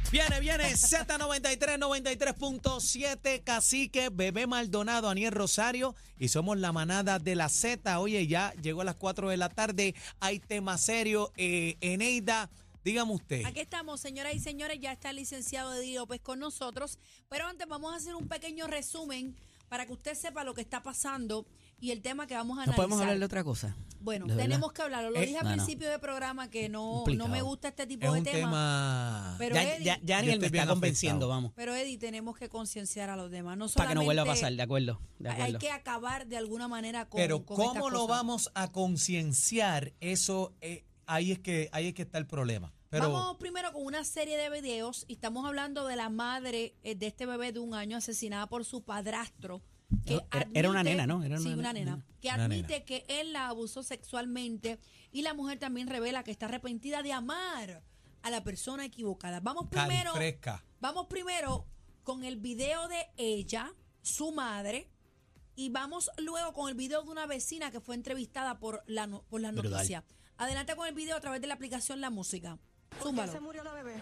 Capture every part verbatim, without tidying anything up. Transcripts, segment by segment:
Viene, viene Z noventa y tres, noventa y tres punto siete, Cacique, Bebé Maldonado, Aniel Rosario y somos la manada de la Z. Oye, ya llegó a las cuatro de la tarde, hay tema serio. Eh, Eneida, dígame usted. Aquí estamos, señoras y señores, ya está el licenciado Eddie López con nosotros, pero antes vamos a hacer un pequeño resumen para que usted sepa lo que está pasando y el tema que vamos a ¿No analizar. podemos hablar de otra cosa? Bueno, ¿De tenemos verdad? que hablarlo. Lo Eh, dije al no, no. principio del programa que no, no Complicado. me gusta este tipo Es de un temas. tema... Pero Ya, Eddie, ya, ya Yo Aniel estoy me bien está convenciendo, afectado. vamos. pero Eddie, tenemos que concienciar a los demás. No Para que no vuelva a solamente pasar, de acuerdo. De acuerdo. Hay que acabar de alguna manera con Pero con ¿cómo estas lo cosas. vamos a concienciar? Eso, eh, ahí, es que, ahí es que está el problema. Pero Vamos primero con una serie de videos y estamos hablando de la madre eh, de este bebé de un año asesinada por su padrastro. Que Era- era una admite- nena, ¿no? Era sí, una una nena. nena. Que Una admite nena. que él la abusó sexualmente y la mujer también revela que está arrepentida de amar a la persona equivocada. Vamos primero, fresca. vamos primero con el video de ella, su madre, y vamos luego con el video de una vecina que fue entrevistada por la no- por las Brutal. noticias. Adelante con el video a través de la aplicación La Música. ¿Por qué Zúmbalo. se murió la bebé?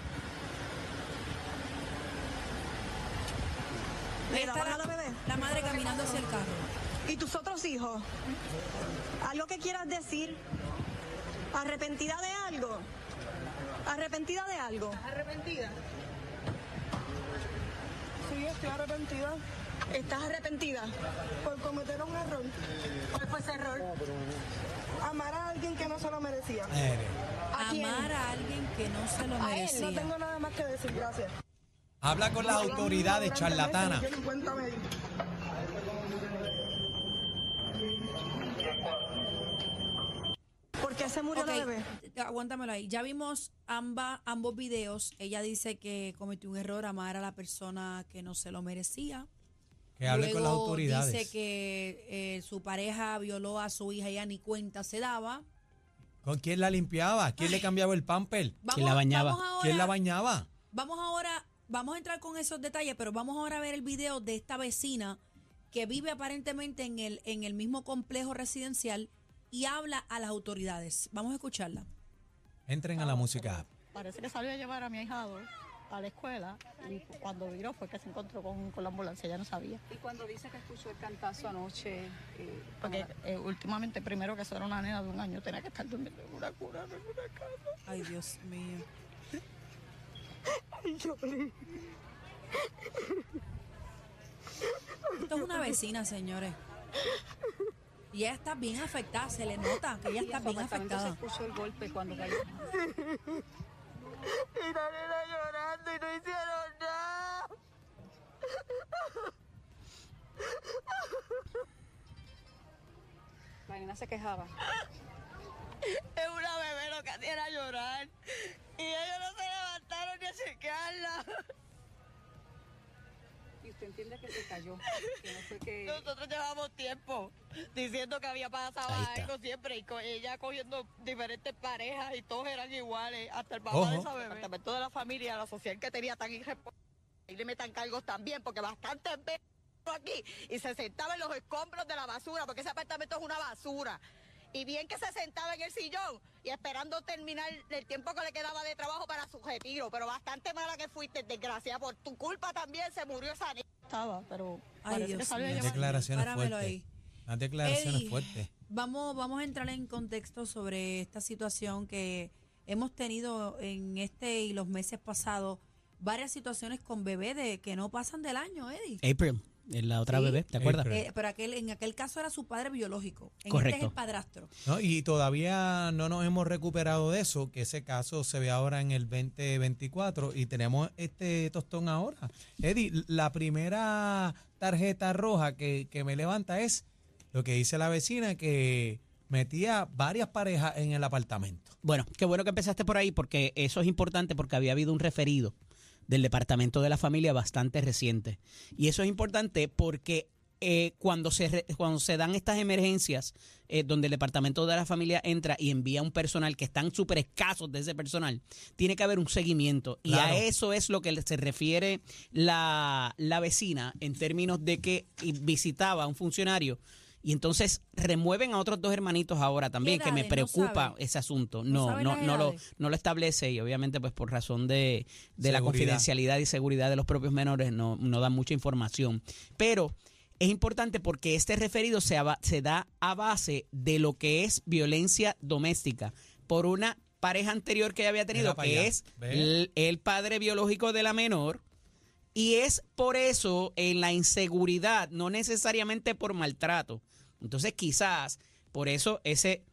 Ahí ¿Le está daban la, a la bebé? la madre caminando hacia el carro. ¿Y tus otros hijos? ¿Algo que quieras decir? ¿Arrepentida de algo? ¿Arrepentida de algo? ¿Arrepentida? Sí, estoy arrepentida. ¿Estás arrepentida? Por cometer un error. ¿Cuál fue ese error? Amar a alguien que no se lo merecía. Mire, ¿A quién? Amar a alguien que no se lo A él. merecía. No tengo nada más que decir, gracias. habla con las autoridades, Durante charlatana. meses, yo cuéntame. ¿Por qué se murió Ok, la bebé? aguántamelo ahí. Ya vimos ambas, ambos videos. Ella dice que cometió un error, amar a la persona que no se lo merecía. Que hable con las Luego autoridades. dice que eh, su pareja violó a su hija y ella ni cuenta se daba. ¿Con quién la limpiaba? ¿Quién le cambiaba el pamper? Vamos, la bañaba? Vamos ahora, ¿Quién la bañaba? Vamos ahora, vamos a entrar con esos detalles, pero vamos ahora a ver el video de esta vecina que vive aparentemente en el, en el mismo complejo residencial y habla a las autoridades. Vamos a escucharla. Entren a la música. Parece que salió a llevar a mi ahijado a la escuela y cuando viró fue que se encontró con, con la ambulancia, ya no sabía. Y cuando dice que escuchó el cantazo anoche, eh, Porque eh, últimamente, primero que eso era una nena de un año, tenía que estar durmiendo en una cuna, no en una cama. Ay, Dios mío. Y yo, Esto es una vecina, señores. Y ella está bien afectada, se le nota que ella y está en su bien apartamento afectada. se escuchó el golpe cuando cayó. y la nena llorando y no hicieron nada. La nena se quejaba. Es una bebé, lo que hacía era llorar. Y ellos no se levantaron ni a chequearla. Y usted entiende que se cayó, que no fue que... Nosotros llevamos tiempo diciendo que había pasado Ahí está. algo siempre y co- ella cogiendo diferentes parejas y todos eran iguales, hasta el papá Ojo. de esa bebé. El departamento de la familia, la social que tenía tan irresponsable y le metan cargos también porque bastante ve aquí y se sentaba en los escombros de la basura porque ese apartamento es una basura. Y bien que se sentaba en el sillón y esperando terminar el tiempo que le quedaba de trabajo para su retiro. Pero bastante mala que fuiste, desgraciada. Por tu culpa también se murió esa niña. Estaba, pero Ay, parece Dios que salió a mío. Unas llevar. declaraciones Páramelo fuertes. ahí. Unas declaraciones Eddie, fuertes. Vamos, vamos a entrar en contexto sobre esta situación que hemos tenido en este y los meses pasados. Varias situaciones con bebés de que no pasan del año, Eddie. April, es la otra Sí. bebé, ¿te acuerdas? April. Eh, pero aquel, en aquel caso era su padre biológico. En este es Correcto. el padrastro. ¿No? Y todavía no nos hemos recuperado de eso, que ese caso se ve ahora en el veinte veinticuatro y tenemos este tostón ahora. Eddie, la primera tarjeta roja que, que me levanta es lo que dice la vecina, que metía varias parejas en el apartamento. Bueno, qué bueno que empezaste por ahí porque eso es importante porque había habido un referido del Departamento de la Familia bastante reciente. Y eso es importante porque eh, cuando, se re- cuando se dan estas emergencias eh, donde el Departamento de la Familia entra y envía un personal que están súper escasos de ese personal, tiene que haber un seguimiento. Y Claro. a eso es lo que se refiere la, la vecina en términos de que visitaba a un funcionario Y entonces remueven a otros dos hermanitos ahora también, que me edades? No preocupa sabe. ese asunto. No No, sabe no, las no, lo, edades. no lo establece y obviamente pues por razón de, de la Seguridad. confidencialidad y seguridad de los propios menores no, no dan mucha información. Pero es importante porque este referido se, aba- se da a base de lo que es violencia doméstica por una pareja anterior que ella había tenido, Mira pa' que allá. es ¿Ve? el, el padre biológico de la menor. Y es por eso en la inseguridad, no necesariamente por maltrato. Entonces quizás por eso ese,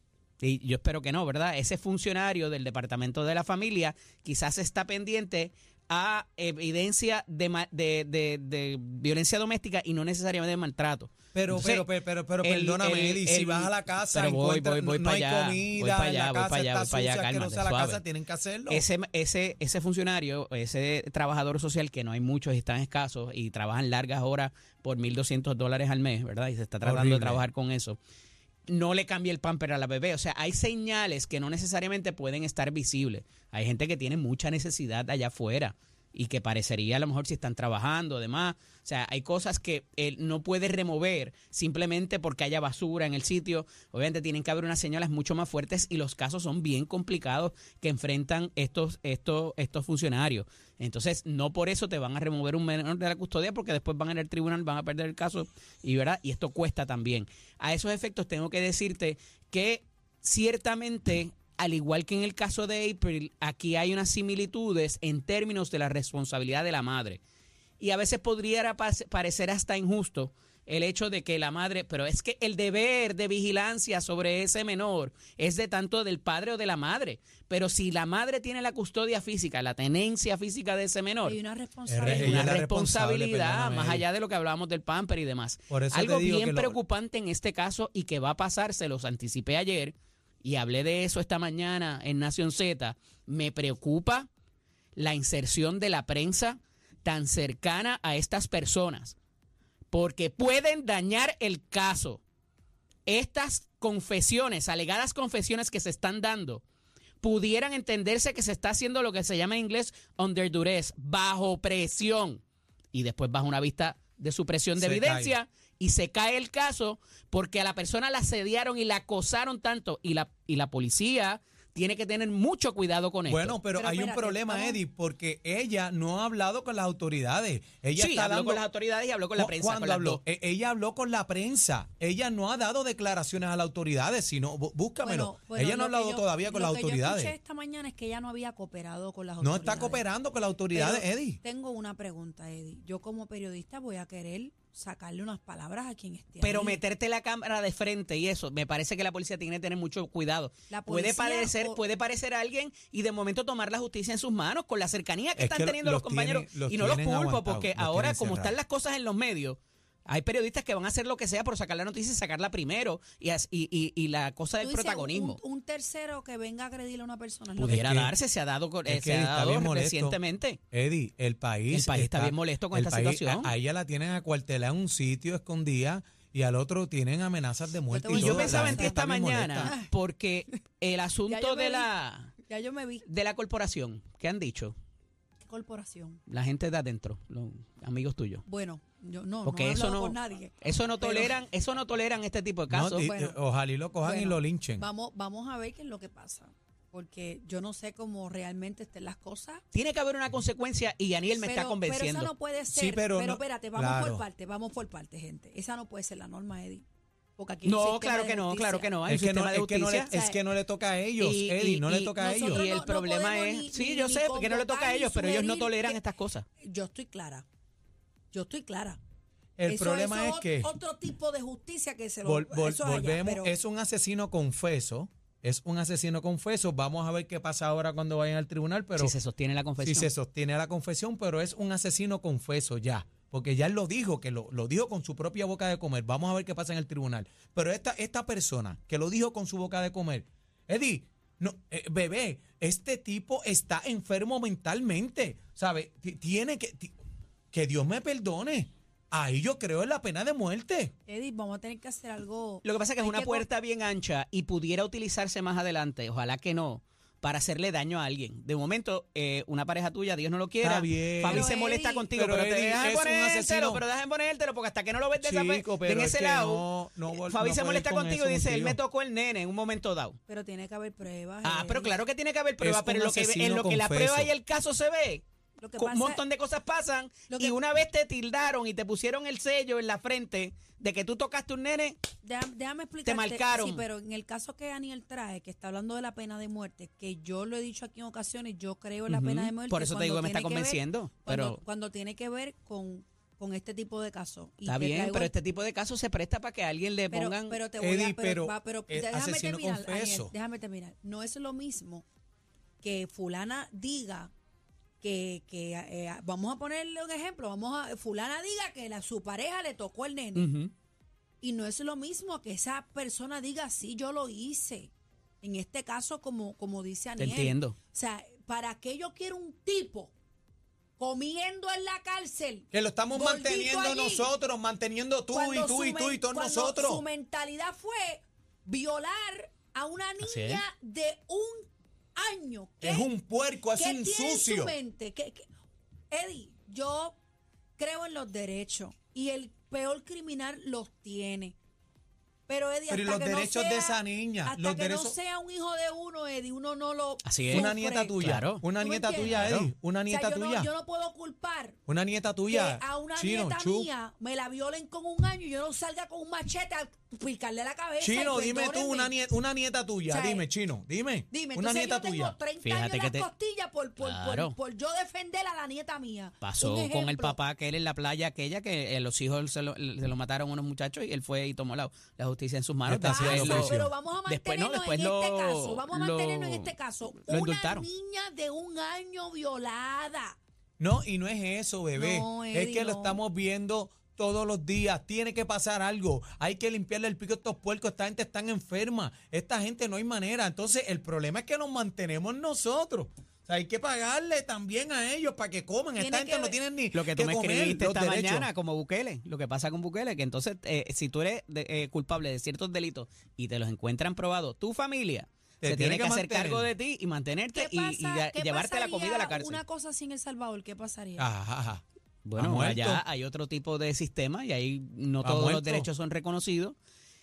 y yo espero que no, ¿verdad? Ese funcionario del Departamento de la Familia quizás está pendiente a evidencia de, ma- de, de- de violencia doméstica y no necesariamente de maltrato. Pero, Entonces, pero, pero, pero, pero el- perdóname, el- Eddie, si el- vas a la casa, pero voy, encuentras- voy, voy no, pa' no hay allá, comida, voy pa' allá, la voy casa pa' allá, está voy pa' allá, sucia, cálmate, asquerosa, la suave. casa, tienen que hacerlo. Ese, ese, ese funcionario, ese trabajador social, que no hay muchos y están escasos y trabajan largas horas por mil doscientos dólares al mes, ¿verdad? Y se está tratando Horrible. de trabajar con eso. No le cambia el pamper a la bebé. O sea, hay señales que no necesariamente pueden estar visibles. Hay gente que tiene mucha necesidad allá afuera y que parecería a lo mejor si están trabajando, además. O sea, hay cosas que él no puede remover simplemente porque haya basura en el sitio. Obviamente tienen que haber unas señales mucho más fuertes y los casos son bien complicados que enfrentan estos, estos, estos funcionarios. Entonces, no por eso te van a remover un menor de la custodia porque después van a ir al tribunal, van a perder el caso y, ¿verdad? Y esto cuesta también. A esos efectos tengo que decirte que ciertamente, al igual que en el caso de April, aquí hay unas similitudes en términos de la responsabilidad de la madre. Y a veces podría parecer hasta injusto el hecho de que la madre, pero es que el deber de vigilancia sobre ese menor es de tanto del padre o de la madre. Pero si la madre tiene la custodia física, la tenencia física de ese menor, Hay una Es responsabilidad. ella una es la responsable, responsabilidad, perdóname, más Eddie. allá de lo que hablábamos del pamper y demás. Por eso Algo te digo bien que lo- preocupante en este caso y que va a pasar, se los anticipé ayer y hablé de eso esta mañana en Nación Z, me preocupa la inserción de la prensa tan cercana a estas personas, porque pueden dañar el caso. Estas confesiones, alegadas confesiones que se están dando, pudieran entenderse que se está haciendo lo que se llama en inglés under duress, bajo presión, y después bajo una vista de supresión de Se evidencia, y se cae el caso porque a la persona la asediaron y la acosaron tanto, y la, y la policía tiene que tener mucho cuidado con esto. Bueno, pero, Pero hay un espérate, problema, vamos- Eddie, porque ella no ha hablado con las autoridades. Ella sí, está habló hablando con las autoridades y habló con la ¿Cu- prensa. ¿Cuándo con las habló? dos. E- Ella habló con la prensa. Ella no ha dado declaraciones a las autoridades, sino bú- búscamelo. Bueno, bueno, ella no ha lo que hablado yo- todavía con lo las que Yo autoridades. escuché esta mañana es que ella no había cooperado con las No autoridades. está cooperando con las autoridades, Pero Eddie. Tengo una pregunta, Eddie. Yo como periodista voy a querer sacarle unas palabras a quien esté Pero ahí. meterte la cámara de frente y eso, me parece que la policía tiene que tener mucho cuidado. La Puede policía parecer, o- puede parecer alguien y de momento tomar la justicia en sus manos con la cercanía que Es están que teniendo los los compañeros. tienen- los y no los tienen culpo aguantados, porque los ahora, tienen como cerrados. están las cosas en los medios, hay periodistas que van a hacer lo que sea por sacar la noticia y sacarla primero y, as- y, y- y la cosa Tú del dices, protagonismo. Un, un tercero que venga a agredirle a una persona. es lo que- Pudiera Es que- darse, se ha dado, con- es eh, que se ha está dado bien molesto. recientemente. Eddie, el país. El país está bien molesto con el esta país- situación. A, a ella la tienen acuartelada en un sitio escondida y al otro tienen amenazas de muerte. voy a y Y yo todo. pensaba La en ti gente esta está bien mañana molesta. porque el Ya asunto yo me de vi. la, Ya yo me vi. de la corporación, ¿qué han dicho? ¿Qué corporación? La gente de adentro, los amigos tuyos. Bueno, yo no, Porque no he eso hablado no, con nadie. eso no Pero- toleran, eso no toleran este tipo de No, casos. y- Bueno. eh, ojalá y lo cojan y Bueno, lo linchen. Vamos, vamos a ver qué es lo que pasa. Porque yo no sé cómo realmente estén las cosas. Tiene que haber una consecuencia y Aniel me pero, está convenciendo. Pero esa no puede ser. Sí, pero no- espérate, vamos claro. por parte, vamos por parte, gente. Esa no puede ser la norma, Eddie. Porque aquí hay un No, sistema claro de que no, justicia. claro que no. Hay Es un que no, sistema de es, que no le, justicia. es que no le toca a ellos, Y- Eddie, y- no le y toca a nosotros ellos. Y el no- no problema podemos es, ni- sí, ni- yo ni sé, porque no le toca a convocar, ellos, ni pero ellos no sugerir toleran que- estas cosas. Yo estoy clara. Yo estoy clara. El Eso- problema eso es que otro tipo de justicia que se lo vol- vol- eso es allá, volvemos, pero- es un asesino confeso, es un asesino confeso. Vamos a ver qué pasa ahora cuando vayan al tribunal, pero si se sostiene la confesión. si se sostiene la confesión, pero es un asesino confeso ya, porque ya él lo dijo, que lo, lo dijo con su propia boca de comer. Vamos a ver qué pasa en el tribunal. Pero esta, esta persona que lo dijo con su boca de comer, Eddie, no, eh, bebé, este tipo está enfermo mentalmente, ¿sabe? T- Tiene que, ti- que Dios me perdone. Ahí yo creo en la pena de muerte. Eddie, vamos a tener que hacer algo. Lo que pasa es que es Hay una que puerta bien ancha y pudiera utilizarse más adelante, ojalá que no, para hacerle daño a alguien. De momento, eh, una pareja tuya, Dios no lo quiera, Está bien. Fabi Pero, se molesta Eddie, contigo, pero, pero, te Eddie, dejan es un ponértelo, asesino. pero dejan ponértelo, porque hasta que no lo ves de, esa, Chico, de pero en es ese que lado, no, no, vol- Fabi no se puedes molesta con contigo eso y dice, él contigo. me tocó el nene en un momento dado. Pero tiene que haber pruebas. Ah, pero Eddie. claro que tiene que haber pruebas, Es pero un en lo que, asesino en lo que la confeso. prueba y el caso se ve, Lo que co- pasa- un montón de cosas pasan Lo y que- una vez te tildaron y te pusieron el sello en la frente de que tú tocaste un nene, Déjame, déjame explicarte. marcaron. Sí, pero en el caso que Aniel trae, que está hablando de la pena de muerte, que yo lo he dicho aquí en ocasiones, yo creo en la Ujú. pena de muerte. Por eso te digo que me cuando está tiene ver- convenciendo, cuando, pero- cuando tiene que ver con, con este tipo de casos. Y está te bien, traigo pero el- este tipo de casos se presta para que a alguien le pero, pongan... pero te voy Eddie, a... Pero, pero va, pero es déjame asesino terminar, Aniel, confeso. déjame terminar. No es lo mismo que fulana diga que, que eh, vamos a ponerle un ejemplo, vamos a fulana diga que la, su pareja le tocó el nene. Ujú. Y no es lo mismo que esa persona diga, sí, yo lo hice. En este caso, como, como dice Te Aniel. entiendo. O sea, ¿para qué yo quiero un tipo comiendo en la cárcel? Que lo estamos gordito manteniendo allí, nosotros, manteniendo tú cuando y tú su y tú men- y todos cuando nosotros. Su mentalidad fue violar a una Así niña de un año. ¿Qué- Es un puerco, es ¿Qué un tiene en su sucio. mente? ¿Qué- qué? Eddie, yo creo en los derechos y el peor criminal los tiene. Pero Eddie, Pero ¿y hasta los que no derechos sea- de esa niña? hasta Los que no derechos- sea un hijo de uno, Eddie, uno no lo Así es. Una sufre. nieta tuya. Claro. Una ¿Tú me nieta tuya, entiendes? Eddie. Una O sea, nieta yo no- tuya. yo no puedo culpar Una nieta tuya. que a una Chino, nieta Chu. mía me la violen con un año y yo no salga con un machete a picarle la cabeza. Chino, y dime tú, perdónenme. una nieta, una nieta tuya. O sea, dime, Chino, dime. Dime, una entonces nieta yo tengo tuya. treinta Fíjate años en que las te- costillas por, por, Claro. por, por yo defender a la nieta mía. Pasó Un con el ejemplo. papá que él en la playa aquella que eh, los hijos se lo, se lo mataron unos muchachos y él fue y tomó la, la justicia en sus manos. Está Después haciendo lo- juicio. Pero vamos a Después, no, mantenernos después en lo- este caso. Vamos a mantenernos lo- en este caso. lo Una indultaron. niña de un año violada. No, y no es eso, bebé. No, es Eddie, que lo no. estamos viendo todos los días. Tiene que pasar algo. Hay que limpiarle el pico a estos puercos. Esta gente está enferma. Esta gente no hay manera. Entonces, el problema es que nos mantenemos nosotros. O sea, hay que pagarle también a ellos para que coman. Tiene Esta gente que no ver- tiene ni Lo que tú me comer escribiste los esta derechos. mañana como Bukele, lo que pasa con Bukele, que entonces eh, si tú eres de- eh, culpable de ciertos delitos y te los encuentran probados, tu familia Te se tiene tiene que, que hacer mantener. cargo de ti y mantenerte ¿Qué y, pasa- y ya- qué llevarte la comida a la pasaría cárcel. Una cosa así en El Salvador, ¿qué pasaría? Ajá, ajá. Bueno, Ha muerto. allá hay otro tipo de sistema y ahí no Ha todos los muerto. derechos son reconocidos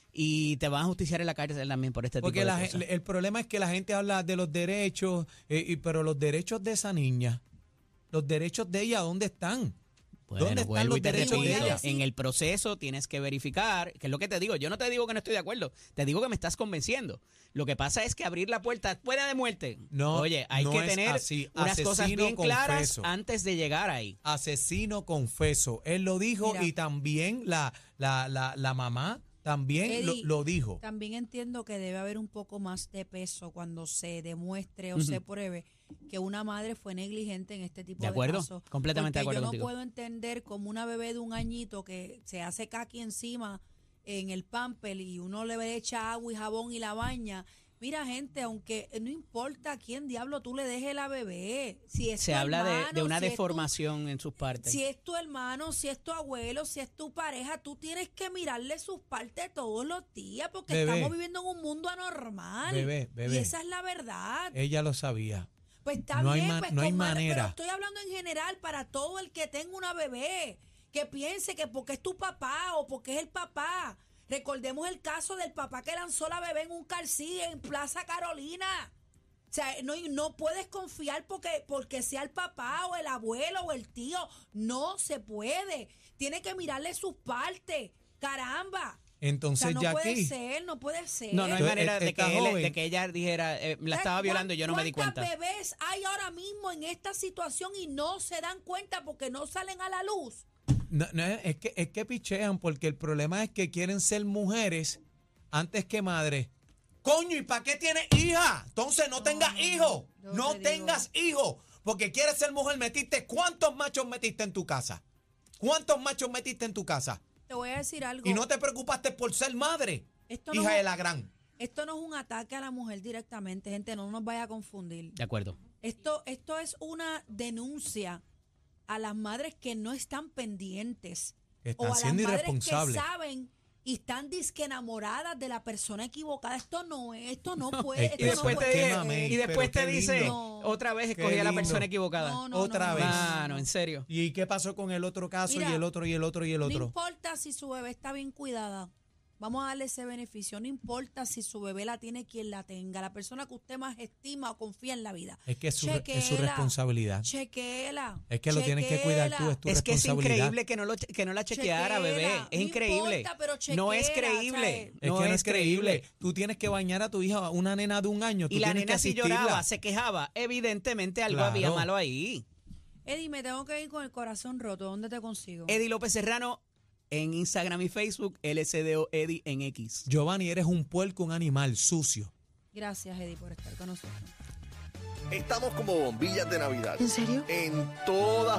y te van a justiciar en la cárcel también por este Porque tipo de la cosas. gen- el problema es que la gente habla de los derechos, eh, y, pero los derechos de esa niña, los derechos de ella, ¿dónde están? Bueno, ¿Dónde están vuelvo los y te derechos de repito, ella? en el proceso tienes que verificar, que es lo que te digo, yo no te digo que no estoy de acuerdo, te digo que me estás convenciendo. Lo que pasa es que abrir la puerta fuera de muerte. No, Oye, hay no que es tener así. unas cosas Asesino bien claras confeso. antes de llegar ahí. Asesino confeso. Él lo dijo Mira. y también la, la, la, la mamá también lo, Eddie, lo dijo. También entiendo que debe haber un poco más de peso cuando se demuestre o Ujú. se pruebe que una madre fue negligente en este tipo De de, acuerdo, casos. completamente de Porque acuerdo yo contigo. no puedo entender como una bebé de un añito que se hace caqui encima en el pamper y uno le echa agua y jabón y la baña. Mira, gente, aunque no importa a quién diablo tú le dejes la bebé, si es Se tu habla de, hermano, de una si es tu- deformación en sus partes. si es tu hermano, si es tu abuelo, si es tu pareja, tú tienes que mirarle sus partes todos los días porque Bebé. estamos viviendo en un mundo anormal. Bebé, bebé. Y esa es la verdad. Ella lo sabía. Pues está no hay bien, ma- pues no hay con madre, manera. pero estoy hablando en general para todo el que tenga una bebé, que piense que porque es tu papá o porque es el papá. Recordemos el caso del papá que lanzó la bebé en un calcí en Plaza Carolina. O sea, no, no puedes confiar porque, porque sea el papá o el abuelo o el tío. No se puede. Tiene que mirarle sus partes. Caramba. O Entonces, sea, no ya puede aquí. ser, no puede ser. No, no hay Entonces, manera de esta que, él- joven- de que ella dijera, eh, la ¿Sabes estaba violando y yo no me di cuántas cuenta. bebés hay ahora mismo en esta situación y no se dan cuenta porque no salen a la luz? No, no, es que es que pichean porque el problema es que quieren ser mujeres antes que madres. Coño, ¿y para qué tienes hija? Entonces no, tengas hijos. yo No te digo. tengas hijos. Porque quieres ser mujer. Metiste. ¿Cuántos machos metiste en tu casa? ¿Cuántos machos metiste en tu casa? Te voy a decir algo. Y no te preocupaste por ser madre. Esto no hija es- de la gran. Esto no es un ataque a la mujer directamente, gente, no nos vaya a confundir. De acuerdo. Esto, esto es una denuncia a las madres que no están pendientes. Que están o a siendo las madres irresponsables. que saben y están disque enamoradas de la persona equivocada. Esto no es, esto no puede. Es que Y esto no después puede te, ser. Quémame, y después pero te qué dice, lindo. otra vez Qué escogí a la lindo. persona equivocada. No, no, Otra no, vez. no, no, Mano, no. en serio. ¿Y qué pasó con el otro caso Mira, y el otro y el otro y el No otro? importa si su bebé está bien cuidada. Vamos a darle ese beneficio. No importa si su bebé la tiene quien la tenga. La persona que usted más estima o confía en la vida. Es que es su, es su Chequéela. responsabilidad. Chequela. Es que lo tienes que cuidar tú, es tu Es que es responsabilidad. increíble que no, lo, que no la chequeara, Chequera. bebé. Es No increíble. importa, pero no es chequera, creíble. ¿sabes? Es que no es creíble. Tú tienes que bañar a tu hija, una nena de un año. Tú Y la tienes que nena si asistirla. lloraba, se quejaba. Evidentemente algo Claro. había malo ahí. Eddie, me tengo que ir con el corazón roto. ¿Dónde te consigo? Eddie López Serrano en Instagram y Facebook, L C D O Eddie en X. Giovanni, eres un puerco, un animal sucio. Gracias, Eddie, por estar con nosotros. Estamos como bombillas de Navidad. ¿En serio? En todas